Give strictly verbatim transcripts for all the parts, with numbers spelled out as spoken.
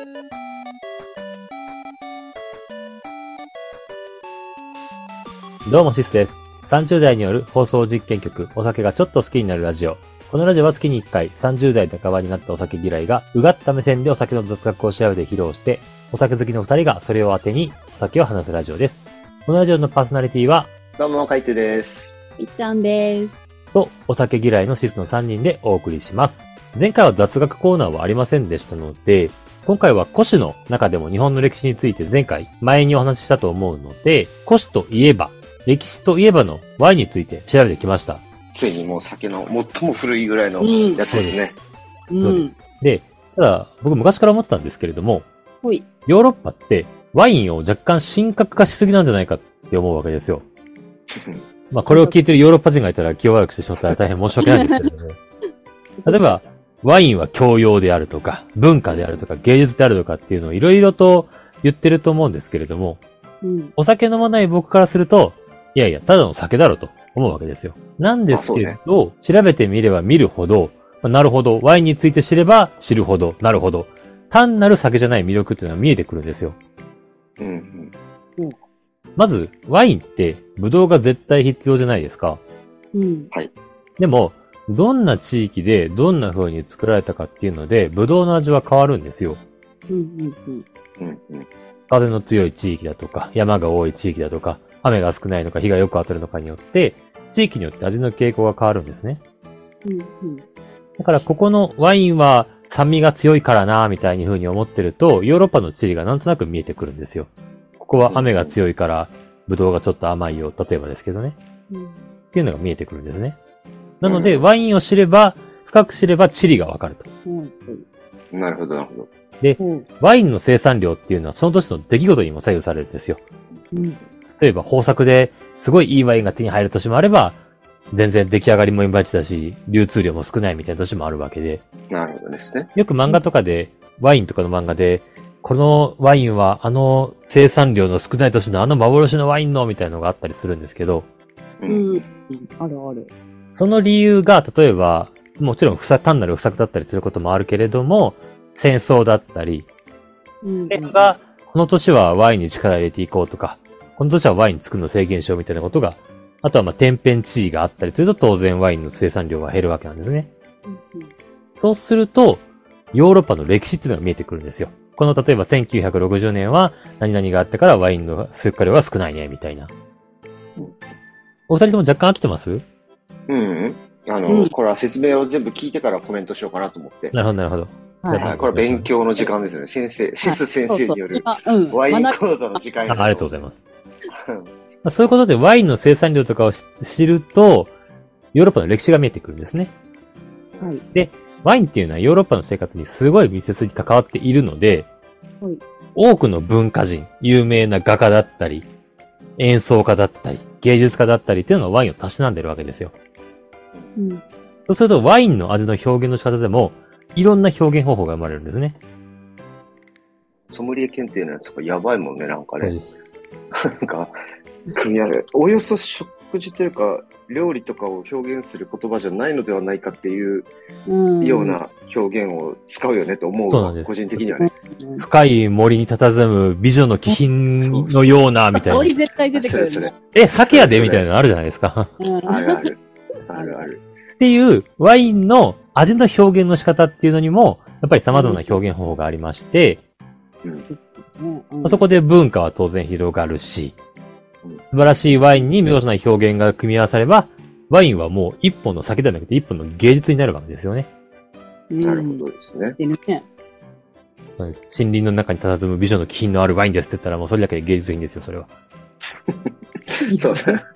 どうもシスです。さんじゅう代による放送実験局、お酒がちょっと好きになるラジオ。このラジオは月にいっかい、さんじゅう代半ばになったお酒嫌いが、うがった目線でお酒の雑学を調べて披露して、お酒好きのふたりがそれを当てにお酒を話すラジオです。このラジオのパーソナリティは、 どうも、カイトです。 いっちゃんです。 と、お酒嫌いのシスのさんにんでお送りします。前回は雑学コーナーはありませんでしたので、今回は古酒の中でも日本の歴史について前回、前にお話ししたと思うので、古酒といえば、歴史といえばのワインについて調べてきました。 ついにもう酒の最も古いぐらいのやつですね。 うん。うん、 で、ただ僕昔から思ったんですけれども、 ほい。 ヨーロッパってワインを若干神格化しすぎなんじゃないかって思うわけですよ。まあこれを聞いてるヨーロッパ人がいたら気を悪くしてしまったら大変申し訳ないんですけれども、例えばワインは教養であるとか、文化であるとか、芸術であるとかっていうのをいろいろと言ってると思うんですけれども、 うん、 お酒飲まない僕からすると、いやいや、ただの酒だろと思うわけですよ。なんですけど、ね、調べてみれば見るほど、まあ、なるほど、ワインについて知れば知るほど、なるほど、単なる酒じゃない魅力っていうのは見えてくるんですよ。 うんうんうん、 まず、ワインって、ブドウが絶対必要じゃないですか。 うん。 はい。 でも、どんな地域でどんな風に作られたかっていうので、ブドウの味は変わるんですよ。 うんうんうんうんうん、 風の強い地域だとか、山が多い地域だとか、雨が少ないのか日がよく当たるのかによって、地域によって味の傾向が変わるんですね。 うんうん、 だからここのワインは酸味が強いからなみたいに風に思ってると、ヨーロッパの地理がなんとなく見えてくるんですよ。ここは雨が強いから、ブドウがちょっと甘いよ、例えばですけどね。 うん、 っていうのが見えてくるんですね。なので、ワインを知れば、深く知れば地理がわかると。 うんうん。なるほど、なるほど。 で、 うん、 ワインの生産量っていうのはその年の出来事にも左右されるんですよ。 うん、 例えば豊作ですごいいいワインが手に入る年もあれば、全然出来上がりもいまいちだし、流通量も少ないみたいな年もあるわけで。 なるほどですね。 よく漫画とかで、ワインとかの漫画で、このワインはあの生産量の少ない年のあの幻のワインのみたいなのがあったりするんですけど、 うん、うん、あるある。 その理由が、例えば、もちろん不作、単なる不作だったりすることもあるけれども、戦争だったり、政府が、この年はワインに力入れていこうとか、この年はワイン作るの制限しようみたいなことが、あとはまあ天変地異があったりすると当然ワインの生産量は減るわけなんですね。 うんうん、 そうすると、ヨーロッパの歴史っていうのが見えてくるんですよ。この例えばせんきゅうひゃくろくじゅうねんは何々があってからワインの出荷量は少ないね、みたいな。うん、お二人とも若干飽きてます？ うん、うん。あの、うん、これは説明を全部聞いてからコメントしようかなと思って。 なるほど、なるほど。 はい、これは勉強の時間ですよね。先生、シス先生によるワイン講座の時間、 うん、あ。ありがとうございます。そういうことでワインの生産量とかを知ると、ヨーロッパの歴史が見えてくるんですね。 はい、 で、ワインっていうのはヨーロッパの生活にすごい密接に関わっているので、 はい、 多くの文化人、有名な画家だったり、演奏家だったり、芸術家だったりっていうのがワインをたしなんでるわけですよ。 うん、 そうするとワインの味の表現の仕方でも、いろんな表現方法が生まれるんですね。 ソムリエ検定のやつがやばいもんね、なんかね。 そうです。 なんか、組み合わせ、およそ食事というか、料理とかを表現する言葉じゃないのではないかっていうような表現を使うよねと思う。 そうなんです。 個人的にはね。 深い森に佇む美女の気品のような、みたいな。 森絶対出てくる、ね。 それそれえ、酒やでみたいなのあるじゃないですか。 あるある。あるある。 っていう、ワインの味の表現の仕方っていうのにも、やっぱり様々な表現方法がありまして、 うんうん、 そこで文化は当然広がるし、素晴らしいワインに見事な表現が組み合わされば、ワインはもう一本の酒ではなくて一本の芸術になるわけですよね。 なるほどですね。 うん、 そうです。森林の中に佇む美女の気品のあるワインですって言ったらもうそれだけで芸術品ですよ、それは。 そうだね。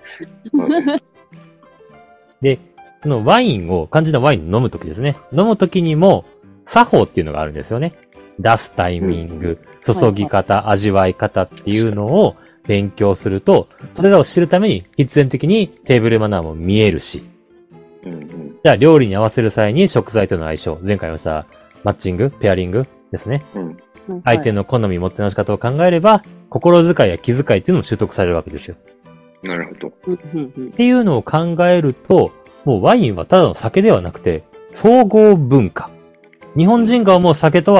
で、そのワインを、肝心なワインを飲むときですね。飲むときにも、作法っていうのがあるんですよね。出すタイミング、うん、注ぎ方、はいはい、味わい方っていうのを勉強すると、それらを知るために必然的にテーブルマナーも見えるし、 うんうん、 じゃあ料理に合わせる際に食材との相性、前回のしたマッチング、ペアリングですね。 うん相手の好み、もてなし方を考えれば、心遣いや気遣いっていうのも習得されるわけですよ。 なるほど。 っていうのを考えると、もうワインはただの酒ではなくて、総合文化。日本人が思う酒とは、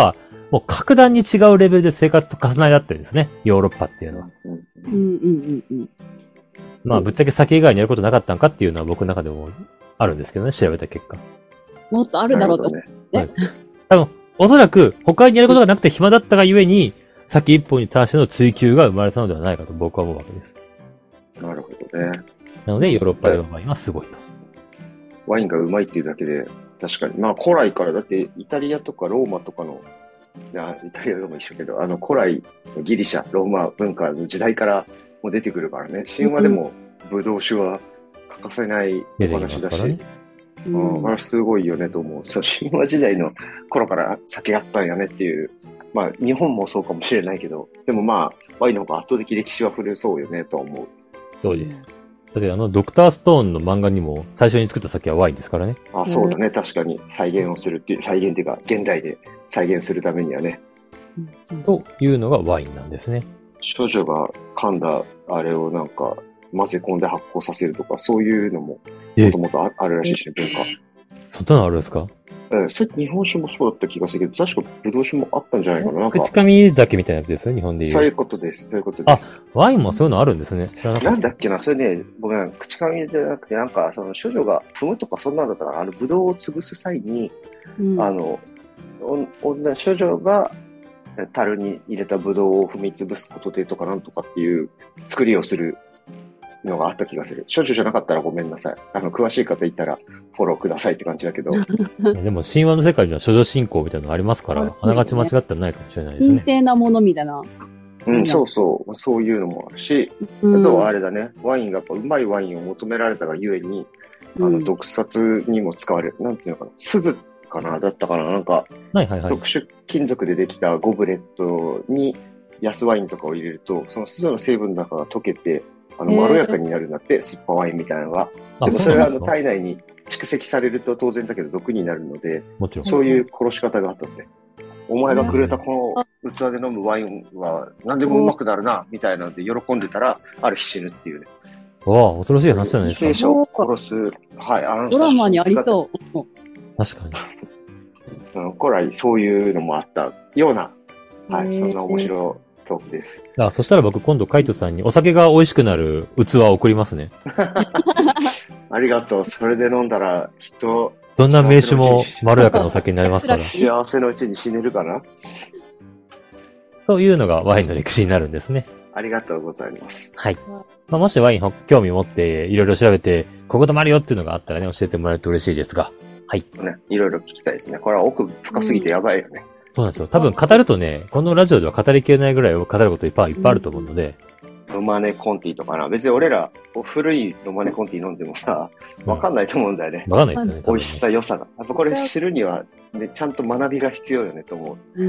もう格段に違うレベルで生活と重なり合ってるんですね。ヨーロッパっていうのは。 うんうんうんうん。 まあ、ぶっちゃけ酒以外にやることなかったんかっていうのは僕の中でもあるんですけどね、調べた結果。 もっとあるだろうと。 ね。 ね。 多分、おそらく他にやることがなくて暇だったがゆえに、酒一本に対しての追求が生まれたのではないかと僕は思うわけです。 なるほどね。 なので、ヨーロッパでのワインはすごいと。 ワインがうまいっていうだけで、確かに。まあ、古来から、だってイタリアとかローマとかの、いや、イタリアでも一緒けど、あの、古来のギリシャ、ローマ文化の時代からもう出てくるからね。神話でもブドウ酒は欠かせないお話だし。ね、うん、あれすごいよねと思う。そう、神話時代の頃から酒があったんやねっていう。まあ、日本もそうかもしれないけど、でもまあ、ワインの方が圧倒的歴史は古そうよねと思う。 そうです。だってあの、ドクターストーンの漫画にも最初に作った酒はワインですからね。 あ、そうだね。確かに再現をするっていう、再現っていうか、現代で再現するためにはね。 というのがワインなんですね。 少女が噛んだあれをなんか混ぜ込んで発酵させるとか、そういうのももともとあるらしいしね、文化。 そんなのあるんですか？ うん、それ日本酒もそうだった気がするけど、確かブドウ酒もあったんじゃないかな。なんか口紙酒みたいなやつですよ、日本で言う。 そういうことです。そういうことです。 あ、ワインもそういうのあるんですね。知らなかった。 なんだっけな、それね、ごめん、口紙じゃなくて、なんか、その少女が踏むとかそんなんだったから、あの、ブドウを潰す際に、うん、あの、女、少女が樽に入れたブドウを踏み潰すことでとかなんとかっていう作りをするのがあった気がする。少女じゃなかったらごめんなさい。あの、詳しい方いたらフォローくださいって感じだけど。 でも神話の世界には処女信仰みたいなのがありますから、あながち間違ってないかもしれないですね。 神聖なものみたいな。 うん、そうそう。そういうのもあるし、うん、あとはあれだね、ワインがやっぱうまいワインを求められたがゆえに、あの、毒殺にも使われる。なんていうのかな。鈴かなだったかななんか、 はいはいはい。 特殊金属でできたゴブレットに安ワインとかを入れると、その鈴の成分の中が溶けて、あの、まろやかになるんだって、酸っぱワインみたいなのが。でもそれはあの、体内に蓄積されると当然だけど毒になるので、 もちろんそういう殺し方があったんで。お前がくれたこの器で飲むワインは何でもうまくなるな、みたいなので喜んでたら、ある日死ぬっていうね。 わあ、恐ろしい話じゃないですか。 犠牲者を殺す、はい、あの、 ドラマにありそう。 確かに。 うん、古来そういうのもあったような、はい、そんな面白いトークです。 あ、そしたら僕今度カイトさんにお酒が美味しくなる器を送りますね。 ありがとう。それで飲んだら、きっと、 どんな名酒もまろやかなお酒になりますから。 幸せのうちに死ねるかなというのがワインの歴史になるんですね。 ありがとうございます。 はい。まあ、もしワイン興味を持っていろいろ調べて、ここともあるよっていうのがあったらね、教えてもらえると嬉しいですが。はい。 ね、いろいろ聞きたいですね。これは奥深すぎてやばいよね。 うん、そうなんですよ。多分語るとね、このラジオでは語りきれないぐらい語ることいっぱいいっぱいあると思うので。 ロマネコンティとかな。別に俺ら、古いロマネコンティ飲んでもさ、わかんないと思うんだよね。 わ、うん、かんないですよね。 美味しさ、良さが。やっぱこれ知るには、ね、ちゃんと学びが必要よねと思う。 うん。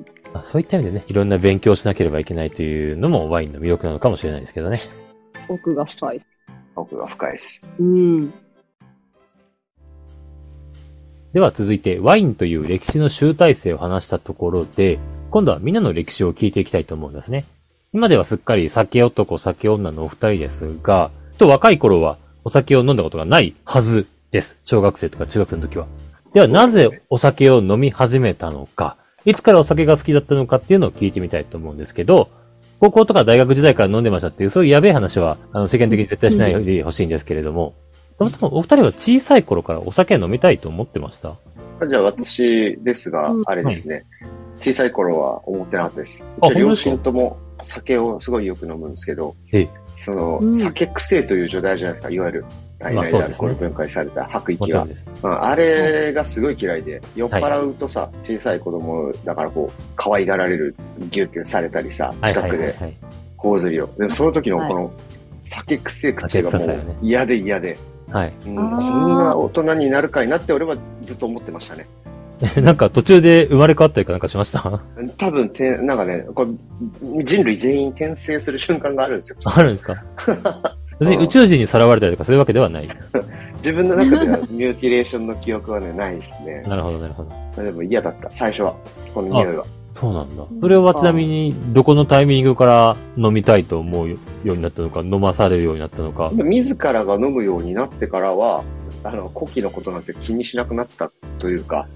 そういった意味でね、いろんな勉強しなければいけないというのもワインの魅力なのかもしれないですけどね。 奥が深い。 奥が深いです。 うん。 では続いて、ワインという歴史の集大成を話したところで、今度はみんなの歴史を聞いていきたいと思うんですね。今ではすっかり酒男、酒女のお二人ですが、と若い頃はお酒を飲んだことがないはずです。小学生とか中学生の時は。ではなぜお酒を飲み始めたのか、いつからお酒が好きだったのかっていうのを聞いてみたいと思うんですけど、高校とか大学時代から飲んでましたっていう、そういうやべえ話は、あの、世間的に絶対しないでほしいんですけれども、そもそもお二人は小さい頃からお酒飲みたいと思ってました？ じゃあ私ですが、うん、あれですね、はい、小さい頃は思ってなかったです。 あ、 両親とも酒をすごいよく飲むんですけど、その、うん、酒癖という状態じゃないですか、いわゆる体内でアルコール分解された吐く息は、まあ、あれがすごい嫌いで、酔っ払うとさ、はい、小さい子供だからこう可愛がられる、ギュッギュッされたりさ、近くで頬ずりを、でもその時のこの酒癖口がもう嫌で嫌で、 はい、 うん、こんな大人になるかいなって俺はずっと思ってましたね。 なんか途中で生まれ変わったりかなんかしました？ 多分て、なんかね、これ人類全員転生する瞬間があるんですよ。 あるんですか？別に宇宙人にさらわれたりとかそういうわけではない。 自分の中ではミューティレーションの記憶はね、ないですね。 なるほど、なるほど。 でも嫌だった、最初は。この匂いは。 そうなんだ。それはちなみに、どこのタイミングから飲みたいと思うようになったのか、飲まされるようになったのか。 自らが飲むようになってからは、あの、呼気のことなんて気にしなくなったというか、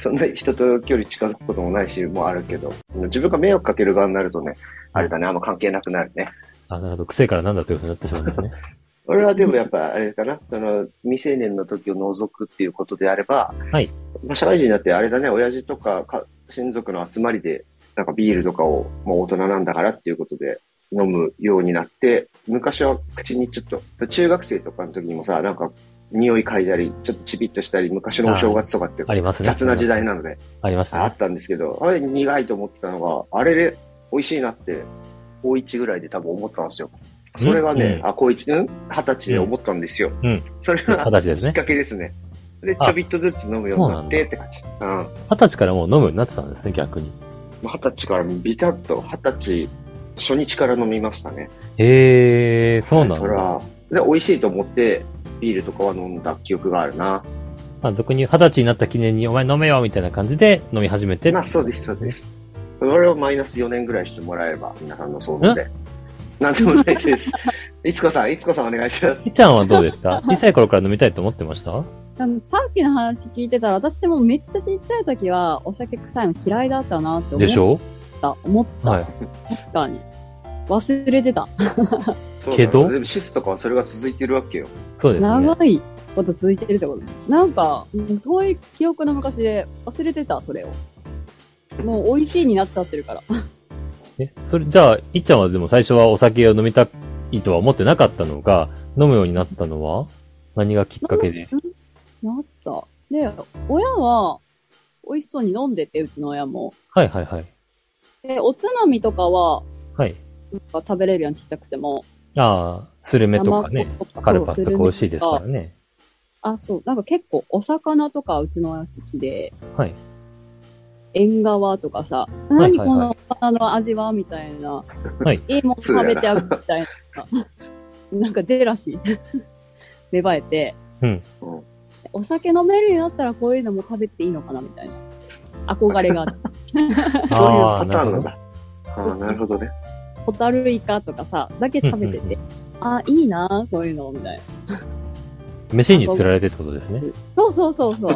そんな人と距離近づくこともないし、もうあるけど、自分が迷惑かける側になるとね、あれだね、あんま関係なくなるね。 あ、なるほど。癖からなんだということになってしまうんですね。 俺はでもやっぱあれかな、その未成年の時を除くっていうことであれば、 はい。 まあ、社会人になってあれだね、親父とかか親族の集まりで、なんかビールとかをもう大人なんだからっていうことで飲むようになって、昔は口にちょっと、中学生とかの時にもさ、なんか匂い嗅いだり、ちょっとチビッとしたり、昔のお正月とかってありますね。 雑な時代なので、 ありましたね。 あったんですけど、あれ苦いと思ってたのが、あれで美味しいなって、高一ぐらいで多分思ったんですよ。それがね、うん、あ、高一、うん二十歳で思ったんですよ。 うん。 それが、 二十歳ですね。 きっかけですね。で、ちょびっとずつ飲むようになってって感じ。うん。 二十歳からもう飲むようになってたんですね、逆に。 二十歳からビタッと、二十歳初日から飲みましたね。 へえー、そうなんだ。 それは、で、美味しいと思って、ビールとかは飲んだ記憶があるな。 まあ、俗に二十歳になった記念にお前飲めよみたいな感じで飲み始めて。 まあ、そうです、そうです。それをマイナスよねんぐらいしてもらえれば、皆さんの想像で。なんでもないです。いつこさん、いつこさんお願いします。 いちゃんはどうでした小さい頃から飲みたいと思ってましたさっきの話聞いてたら、私でもめっちゃちっちゃい時はお酒臭いの嫌いだったなって思った。 でしょ思った。 はい。 確かに。忘れてた。 けどでもシスとかはそれが続いてるわけよ。 そうですね。 長いこと続いてるってことなんか、遠い記憶の昔で忘れてた、それを。もう美味しいになっちゃってるから。 え、それ、じゃあ、いっちゃんはでも最初はお酒を飲みたいとは思ってなかったのが、飲むようになったのは何がきっかけでなった。で、親は美味しそうに飲んでて、うちの親も。 はいはいはい。 で、おつまみとかは、 はい。 食べれるようにちっちゃくても。 ああ、スルメとかね。カルパスとか美味しいですからね。 あ、そう。なんか結構お魚とかうちの親好きで。 はい。 縁側とかさ、何この魚の味はみたいな。 はい。 ええもん食べてあるみたいな。なんかジェラシー。芽生えて。 うん。 お酒飲めるようになったらこういうのも食べていいのかなみたいな。憧れがある。 そういうパターンなんだ。ああ、なるほどね。 ホタルイカとかさ、だけ食べてて。あ、いいなこういうの、みたいな。 飯に釣られてってことですね。 そうそうそうそう。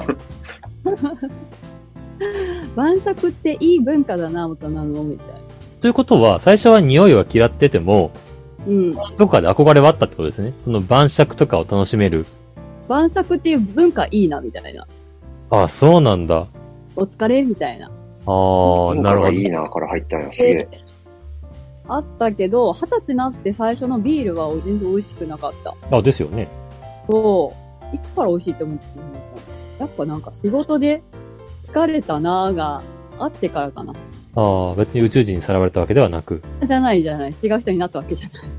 晩酌っていい文化だな、大人の、みたいな。 ということは、最初は匂いは嫌ってても、 うん。 どこかで憧れはあったってことですね。その晩酌とかを楽しめる。 晩酌っていう文化いいな、みたいな。 ああ、そうなんだ。 お疲れみたいな。 ああ、なるほど。 いいな、から入ったんや、すげえ。 あったけど、二十歳になって最初のビールは全然美味しくなかった。 あ、ですよね。 そう。いつから美味しいと思ってたのか。やっぱなんか仕事で疲れたなーがあってからかな。 ああ、別に宇宙人にさらわれたわけではなく。 じゃないじゃない。違う人になったわけじゃない。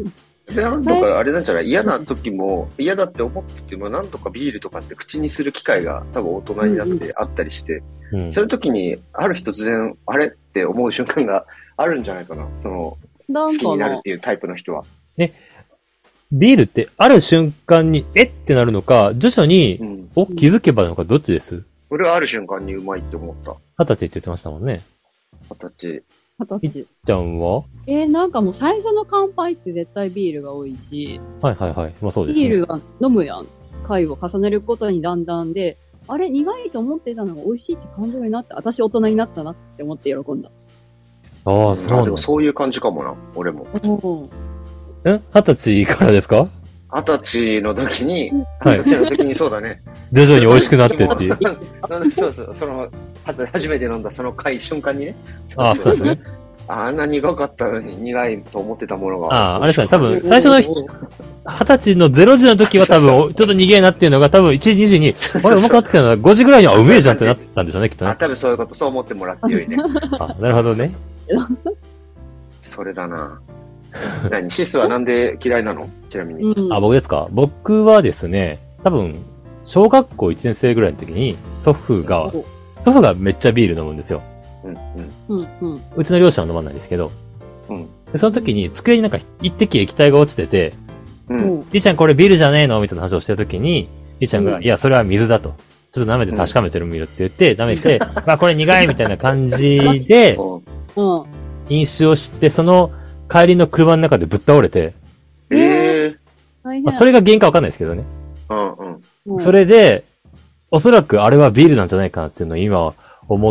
で、なんとかあれなんじゃない嫌な時も、嫌だって思ってても、なんとかビールとかって口にする機会が多分大人になってあったりして、うんうん、そういう時に、ある日突然、あれって思う瞬間があるんじゃないかな。その、好きになるっていうタイプの人は。 ね。ビールってある瞬間に、えってなるのか、徐々に、うん、お、気づけばなのか、どっちです？ 俺はある瞬間にうまいって思った。 二十歳って言ってましたもんね。 二十歳。 二十歳。 いっちゃんはえー、なんかもう最初の乾杯って絶対ビールが多いし。 はいはいはい。まあそうですね。 ビールは飲むやん。回を重ねることにだんだんで、あれ苦いと思ってたのが美味しいって感じるようになって、私大人になったなって思って喜んだ。 ああ、そうなんだ。 でもそういう感じかもな、俺も。 え二十歳からですか？ 二十歳の時に、二十歳の時にそうだね。 徐々に美味しくなってっていう。 そうそう、その、初めて飲んだその回瞬間にね。 ああ、そうですね。 あんな苦かったのに苦いと思ってたものが。 ああ、あれですね。多分、最初の二十歳のゼロ時の時は多分、ちょっと苦いなっていうのが多分いちじ、にじに、あれ、うまくなってきたのはごじぐらいにはうめえじゃんってなったんでしょうね、きっとね。 あ、多分そういうこと、そう思ってもらってよいね。 あ、なるほどね。 それだな。何シスはなんで嫌いなのちなみに、 うん。あ、僕ですか僕はですね、多分、小学校いちねん生ぐらいの時に、祖父が、祖父がめっちゃビール飲むんですよ。 うんうんうん、 うちの両親は飲まないですけど、 うん、 でその時に机になんか一滴液体が落ちてて、 うん、 りーちゃんこれビールじゃねえのみたいな話をしてる時に、りーちゃんが、うん、いや、それは水だと。ちょっと舐めて確かめてるみるって言って、舐めて、まあこれ苦いみたいな感じで、飲酒をして、その帰りの車の中でぶっ倒れて、 えーまあ、それが原因かわかんないですけどね。 うんうん、 それで、おそらくあれはビールなんじゃないかなっていうのを今思って、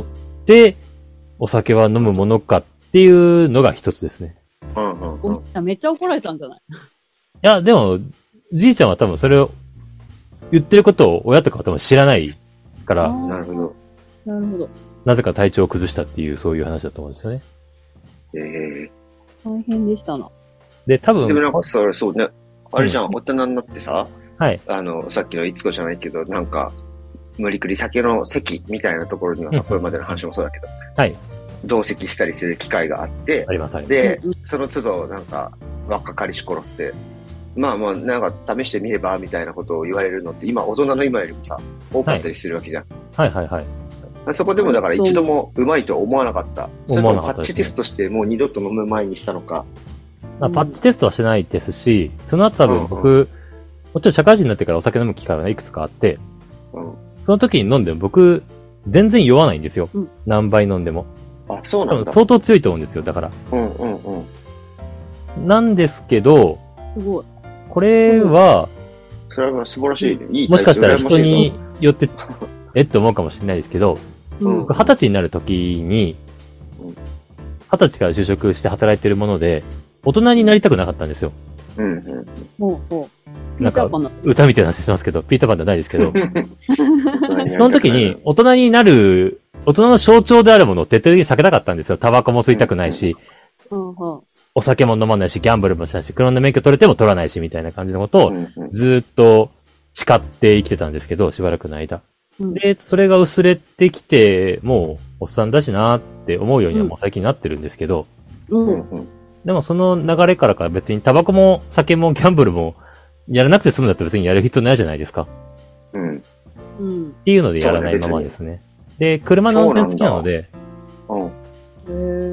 お酒は飲むものかっていうのが一つですね。 うんうんうん。 おじいちゃんめっちゃ怒られたんじゃない？ いや、でも、じいちゃんは多分それを、言ってることを親とかは多分知らないから、 なるほど。 なるほど。 なぜか体調を崩したっていう、そういう話だと思うんですよね。 ええ大変でしたな。 で、多分。 でもなんか、それ、そうね。あれじゃん、うん、大人になってさ、 はい。 あの、さっきのいつこじゃないけど、なんか、無理くり酒の席みたいなところにはさ、これまでの話もそうだけど、 はい。 同席したりする機会があって、 あります、あります。 で、その都度、なんか、若かりし頃って、まあまあ、なんか試してみれば、みたいなことを言われるのって、今、大人の今よりもさ、多かったりするわけじゃん。 はい、はい、はい、はい。 そこでもだから一度もうまいとは思わなかった。 思わなかった、 パッチテストしてもう二度と飲む前にしたのか。 まあ、パッチテストはしてないですし、その後多分僕、うんうん、もちろん社会人になってからお酒飲む機会はいくつかあって、うん、その時に飲んでも僕、全然酔わないんですよ。うん、何杯飲んでも。 あ、そうなんだ。 相当強いと思うんですよ、だから。 うんうんうん。 なんですけど、 すごい。 これは、 うん、それは素晴らしい、ね。いい。 もしかしたら人によって、えって思うかもしれないですけど、二十、うん、歳になる時に、二十歳から就職して働いてるもので、大人になりたくなかったんですよ。 うんうん。 ほうほう。なんか、歌みたいな話してますけど、ピーターパンじゃないですけど、その時に、大人になる、大人の象徴であるものを徹底的に避けたかったんですよ。タバコも吸いたくないし、 うんうん、 お酒も飲まないし、ギャンブルもしたし、車の免許取れても取らないし、みたいな感じのことを、ずーっと誓って生きてたんですけど、しばらくの間。で、それが薄れてきて、もう、おっさんだしなって思うようにはもう最近なってるんですけど、 うんうん、 でもその流れからか別にタバコも酒もギャンブルもやらなくて済むんだったら別にやる必要ないじゃないですか。 うん。 っていうのでやらないままですね。で、車の運転好きなので、 うん、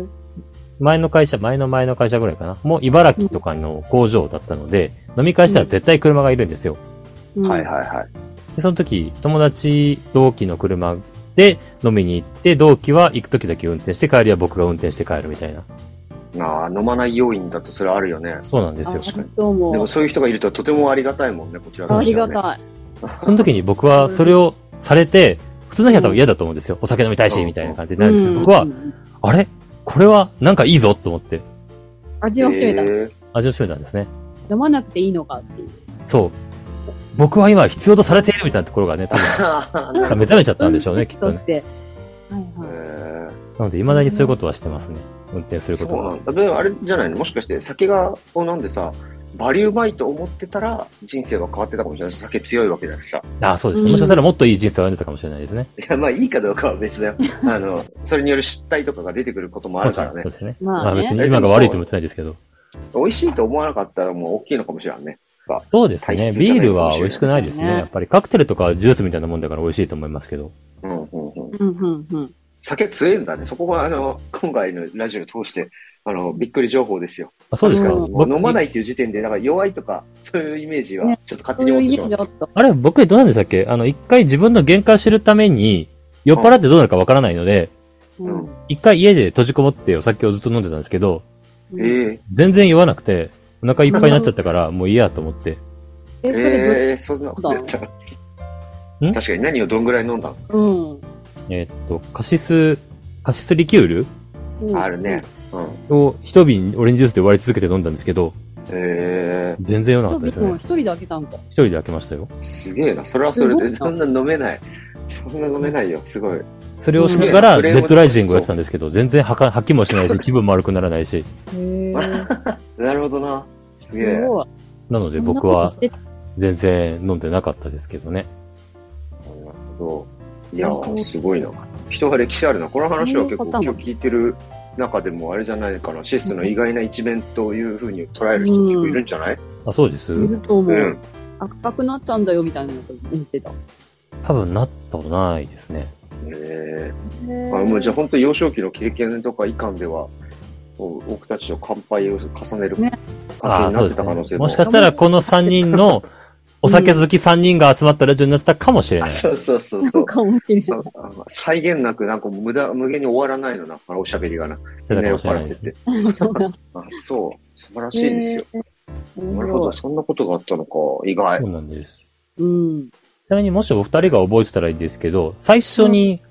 前の会社、前の前の会社ぐらいかな。もう茨城とかの工場だったので、飲み会したら絶対車がいるんですよ。 うん、はいはいはい。 で、その時、友達、同期の車で飲みに行って、同期は行く時だけ運転して、帰りは僕が運転して帰るみたいな。 ああ、飲まない要因だとそれあるよね。 そうなんですよ。 確かに。でもそういう人がいるととてもありがたいもんね、こちらとしては、ね。 ありがたい。 その時に僕はそれをされて、普通の人は多分嫌だと思うんですよ。お酒飲みたいし、みたいな感じになるんですけど、僕は、あれこれはなんかいいぞと思って。 味を占めた。 味を占めたんですね。 飲まなくていいのかっていう。 そう。僕は今必要とされているみたいなところがね、多分、目覚めちゃったんでしょうね、きっと、ね。 として。はいはい。 なので、未だにそういうことはしてますね。運転することは。 そうなんだ。でもあれじゃないのもしかして、酒が、を飲んでさ、バリうまいと思ってたら、人生は変わってたかもしれないし、酒強いわけだしさ。 ああ、そうですね。もしかしたらもっといい人生を歩んでたかもしれないですね。 いや、まあいいかどうかは別だよ。あの、それによる失態とかが出てくることもあるからね。 そうですね。 まあ、ね、 まあ別に今が悪いと思ってないですけど。 美味しいと思わなかったらもう大きいのかもしれないね。 そうですね。ビールは美味しくないですね。やっぱりカクテルとかジュースみたいなもんだから美味しいと思いますけど。 うんうんうん。 うんうんうん。 酒強いんだね。そこがあの、今回のラジオを通して、あの、びっくり情報ですよ。 あ、そうですか。 飲まないっていう時点で、なんか弱いとか、そういうイメージは、ちょっと勝手に思ってしまった。ね、そういうイメージあった。 あれ、僕どうなんでしたっけあの、一回自分の限界を知るために、酔っ払ってどうなるかわからないので、 うん。 一回家で閉じこもってお酒をずっと飲んでたんですけど、 えー、 全然酔わなくて、お腹いっぱいになっちゃったから、もう嫌と思って。 え、それえー、そんなことやったら。確かに何をどんぐらい飲んだの？うん。 えー、っと、カシス、カシスリキュール、 うん、あるね。 うん。を一瓶オレンジジュースで割り続けて飲んだんですけど、 えー、 全然酔わなかったですね。 一人で開けたんか。 一人で開けましたよ。 すげえな。それはそれで、そんな飲めない。そんな飲めないよ。すごい。 それをしながら、レッドライジングをやってたんですけど、全然吐か、吐きもしないし、気分も悪くならないし。 へー。 なるほどな。すげえ。 なので僕は、全然飲んでなかったですけどね。 なるほど。いやー、すごいな。人が歴史あるな。この話は結構今日聞いてる中でもあれじゃないかな。シスの意外な一面というふうに捉える人結構いるんじゃない？ あ、そうです。 いると思う。うん、赤くなっちゃうんだよみたいなのと思ってた。 多分なったことないですね。 へえ。あ、もうじゃあ本当幼少期の経験とか以下では、僕たちと乾杯を重ねる関係になってた可能性も、ね、 もしかしたらこのさんにんのお酒好きさんにんが集まったラジオになってたかもしれない。 そうそうそうそう。 かもしれない。 際限なくなんか無駄、無限に終わらないのな、あのおしゃべりがな。 みんな酔っ払ってて。 そうだ。 あ、そう。素晴らしいですよ。なるほど。そんなことがあったのか。意外。 そうなんです。 うん。 ちなみにもしお二人が覚えてたらいいんですけど、最初に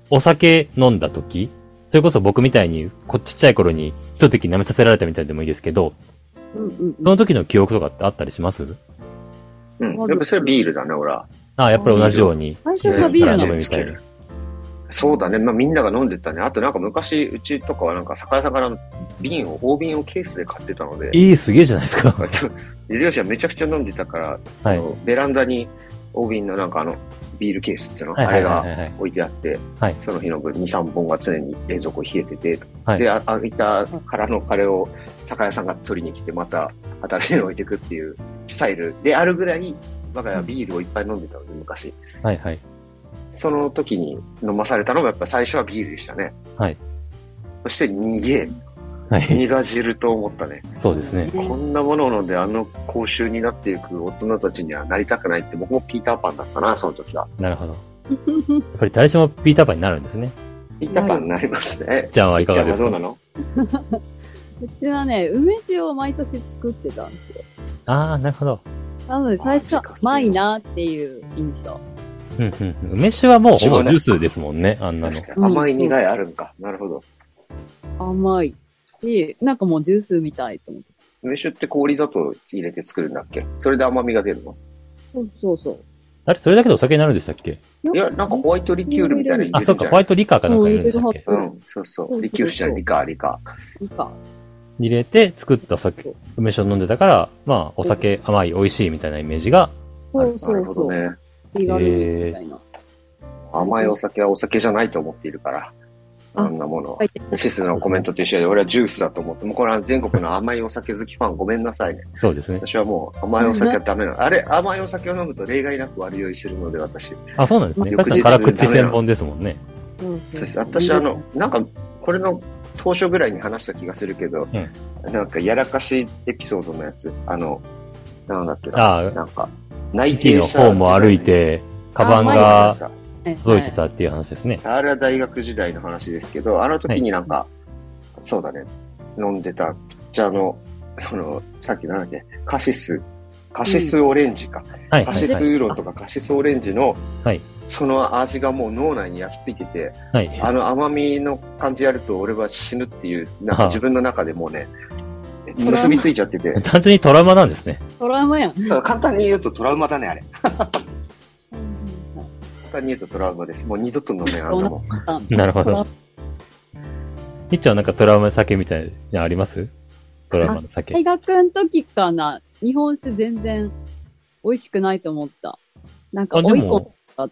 お酒飲んだ時、それこそ僕みたいに、こちっちゃい頃に一時舐めさせられたみたいでもいいですけど、 うんうん、 その時の記憶とかってあったりします？ うん。やっぱそれビールだね、俺は。 ああ、やっぱり同じように。 最初はビール飲むみたいな。 そうだね。まあみんなが飲んでたね。あとなんか昔、うちとかはなんか酒屋さんから瓶を、大瓶をケースで買ってたので。 ええー、すげえじゃないですか。 両親はめちゃくちゃ飲んでたから、その、はい、ベランダに大瓶のなんかあの、ビールケースっていうの、あれが置いてあって、はい、その日の分に、さんぼんが常に冷蔵庫冷えてて、はい、で、あげた空のカレーを酒屋さんが取りに来て、また新しいの置いていくっていうスタイルであるぐらい、我が家はビールをいっぱい飲んでたので、昔。はいはい。その時に飲まされたのがやっぱ最初はビールでしたね。はい。そして逃げ。はい。苦汁と思ったね。そうですね。こんなものを飲んであの口臭になっていく大人たちにはなりたくないって僕もピーターパンだったな、その時は。なるほど。やっぱり誰しもピーターパンになるんですね。ピーターパンになりますね。じゃあはいかがですか？どうなの？ うちはね、梅酒を毎年作ってたんですよ。 ああ、なるほど。 なので最初は甘いなっていう印象。 うんうん、梅酒はもうほぼジュースですもんね、あんなの。 甘い苦いあるんか。なるほど。 甘い。し、なんかもうジュースみたいと思って。 梅酒って氷砂糖入れて作るんだっけ？それで甘みが出るの？ そうそうそう。 あれそれだけでお酒になるんでしたっけ？ いや、なんかホワイトリキュールみたいなの入れるんじゃない？ あ、そうか、ホワイトリカーかなんか入れるんでしたっけ？ うん、そうそう。リキュールじゃない、リカー、リカー。リカー。 入れて作ったお酒、梅酒を飲んでたから、まあ、お酒甘い、美味しいみたいなイメージがある。 そうそうそう。なるほどね。気軽みたいな。 甘いお酒はお酒じゃないと思っているから、あんなものは。シスのコメントと一緒で、俺はジュースだと思って、もうこれは全国の甘いお酒好きファンごめんなさいね。そうですね。私はもう甘いお酒はダメなの。あれ、甘いお酒を飲むと例外なく悪酔いするので、私。あ、そうなんですね。確かに辛口専門ですもんね。そうです。私あの、なんか、これの当初ぐらいに話した気がするけど、うん、なんかやらかしエピソードのやつ、あの、なんだっけな、あなんか、内定の方も歩いて、カバンが届いてたっていう話ですね。あれは大学時代の話ですけど、あの時になんか、はい、そうだね、飲んでたピッチャーの、その、さっきなんだっけ、カシス、カシスオレンジか。うん、カシスウーロンとかカシスオレンジの、はい、その味がもう脳内に焼き付いてて、はい、あの甘みの感じやると俺は死ぬっていう、なんか自分の中でもうね、結びついちゃってて。単純にトラウマなんですね。 トラウマやん。 簡単に言うとトラウマだね、あれ。簡単に言うとトラウマです。もう二度と飲めん、あんなもん。 なるほど。みっちゃんなんかトラウマ酒みたいなあります？トラウマの酒。 大学の時かな、日本酒全然美味しくないと思った。なんか追い込んであって、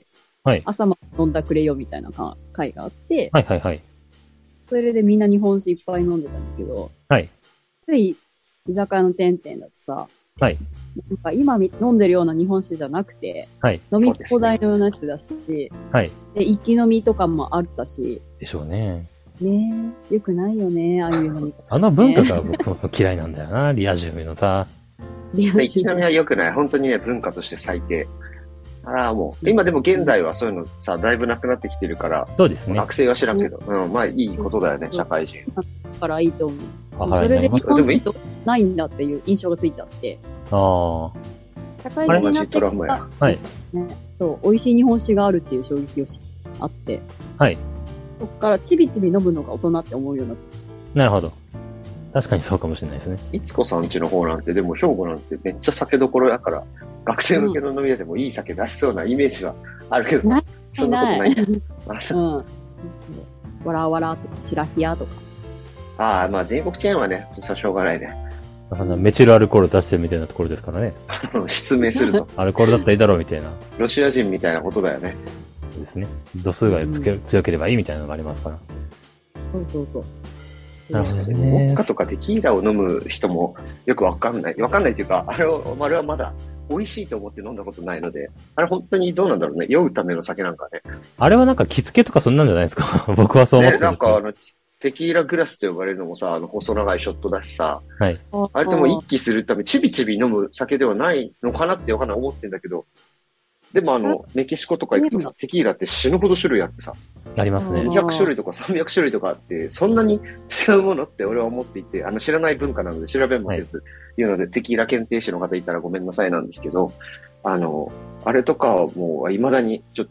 はい、朝まで飲んだくれよみたいな会があって、はいはいはい。それでみんな日本酒いっぱい飲んでたんだけど、はい。で、居酒屋のチェーン店だとさ、はい。なんか今飲んでるような日本酒じゃなくて、はい。飲み放題のようなやつだし、はい。で、一気飲みとかもあったし。 でしょうね。 ねえ、よくないよね、ああいう飲み方、ね。 あの文化が僕も嫌いなんだよな、リア充のさ。 リア充。一気飲みは良くない。本当にね、文化として最低。あら、もう。今でも現代はそういうのさ、だいぶなくなってきてるから。そうですね。学生は知らんけど。うん、まあいいことだよね、社会人。 だからいいと思う。それで日本酒とないんだっていう印象がついちゃって。ああ。社会人になってから、はい。ね、そう、美味しい日本酒があるっていう衝撃をしあって。はい。そっからちびちび飲むのが大人って思うようになって。 なるほど。確かにそうかもしれないですね。 いつこさん家の方なんて、でも兵庫なんてめっちゃ酒どころやから、学生向けの飲み屋でもいい酒出しそうなイメージはあるけど、ないそんなことないんだ。うん。 わらわらとか、白木屋とか。 ああ、まあ全国チェーンはね、それはしょうがないね。 あの、メチルアルコール出してるみたいなところですからね。 失明するぞ。 アルコールだったらいいだろうみたいな。 ロシア人みたいなことだよね。 そうですね。度数がつけ、うん、強ければいいみたいなのがありますから。 そうそうそう。 なるほどね。ウォッカとかテキーラを飲む人もよくわかんない。わかんないっていうか、あれを、あれはまだ美味しいと思って飲んだことないので、あれ本当にどうなんだろうね。酔うための酒なんかね。 あれはなんか着付けとかそんなんじゃないですか。僕はそう思ってます、 ね。なんかあの、テキーラグラスと呼ばれるのもさ、あの細長いショットだしさ、はい。あれでも一気するため、ちびちび飲む酒ではないのかなってわかんない思ってんだけど、でもあの、メキシコとか行くとさ、テキーラって死ぬほど種類あってさ、 ありますね。 にひゃく種類とかさんびゃく種類とかあって、そんなに違うものって俺は思っていて、あの、知らない文化なので調べもせず、いうので、テキーラ検定士の方いたらごめんなさいなんですけど、あの、あれとかはもう未だにちょっと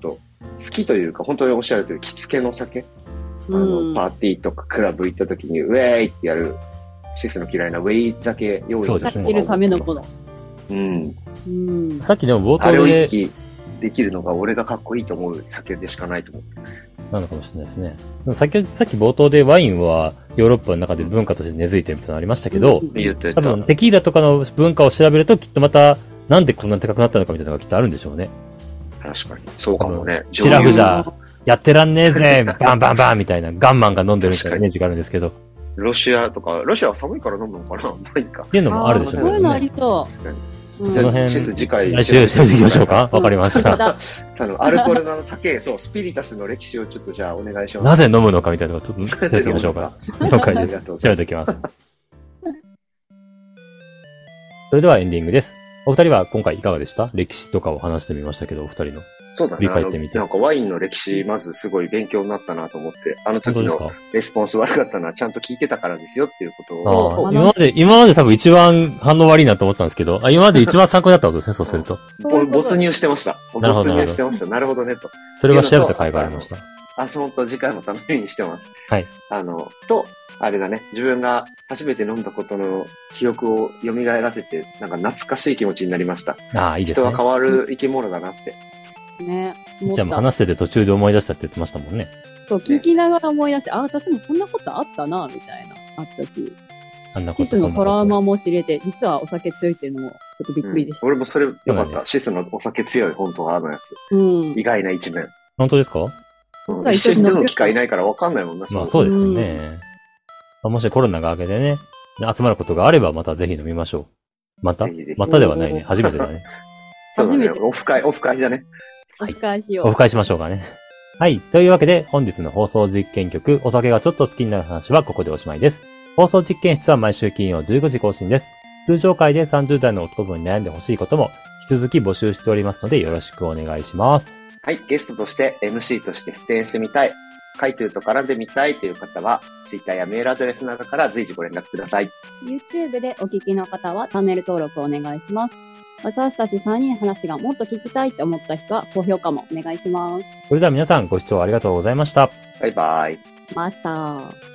好きというか、本当におっしゃるとおり、着付けの酒、あの、パーティーとかクラブ行った時に、ウェーイってやる、シスの嫌いなウェイ酒用意して。かけるためのもの。 うん。 うん。 さっきでも冒頭で。 あれを一気できるのが俺がかっこいいと思う酒でしかないと思う。 なのかもしれないですね。さっき、さっき冒頭でワインはヨーロッパの中で文化として根付いてるみたいなのありましたけど、多分テキーラとかの文化を調べるときっとまた、なんでこんな高くなったのかみたいなのがきっとあるんでしょうね。 確かに。そうかもね。 シラフじゃ、やってらんねえぜバンバンバンみたいな、ガンマンが飲んでるみたいなイメージがあるんですけど。 ロシアとか、ロシアは寒いから飲むのかなまあいいか。 っていうのもあるでしょうね。 そういうのありそう。 その辺、 次回、 来週していきましょうか。わかりました。 あの、アルコールの高い、そう、スピリタスの歴史をちょっとじゃあお願いします。 なぜ飲むのかみたいなのをちょっと調べていきましょうか。了解です。調べておきます。それではエンディングです。お二人は今回いかがでした？歴史とかを話してみましたけど、お二人の。 そうだね。振り返ってみて。なんかワインの歴史、まずすごい勉強になったなと思って、あの時のレスポンス悪かったのはちゃんと聞いてたからですよっていうことを。 あ今まで、今まで多分一番反応悪いなと思ったんですけど、あ今まで一番参考になったことですね、そうすると。 没入してました。没入してました。なるほどね、と。 それは調べた甲斐がありました。 あ、そのと次回も楽しみにしてます。 はい。 あの、と、あれだね、自分が初めて飲んだことの記憶を蘇らせて、なんか懐かしい気持ちになりました。 ああ、いいですね。 人は変わる生き物だなって。 ね。 じゃあもう話してて途中で思い出したって言ってましたもんね。 そう、聞きながら思い出して、あ、私もそんなことあったな、みたいな、あったし。 あんなこと。 シスのトラウマも知れて、実はお酒強いっていうのもちょっとびっくりでした。 うん、俺もそれよかった。シスのお酒強い、本当はあのやつ。 うん。 意外な一面。 本当ですか？ うん、一緒に飲む機会ないから分かんないもんな、 まあそうですね。うん、もしコロナが明けてね、集まることがあればまたぜひ飲みましょう。またまたではないね。初めてだね。 そうだね。オフ会、オフ会だね。 オフ会しよう。 オフ会しましょうかね。はい。というわけで、本日の放送実験曲、お酒がちょっと好きになる話はここでおしまいです。放送実験室は毎週金曜じゅうごじ更新です。通常回でさんじゅう代の男に悩んでほしいことも引き続き募集しておりますのでよろしくお願いします。 はい。ゲストとして エムシー として出演してみたい、カイトゥーと絡んでみたいという方は、Twitter やメールアドレスなどから随時ご連絡ください。 YouTube でお聞きの方はチャンネル登録お願いします。私たちさんにんの話がもっと聞きたいと思った人は高評価もお願いします。 それでは皆さんご視聴ありがとうございました。 バイバイ。 ました。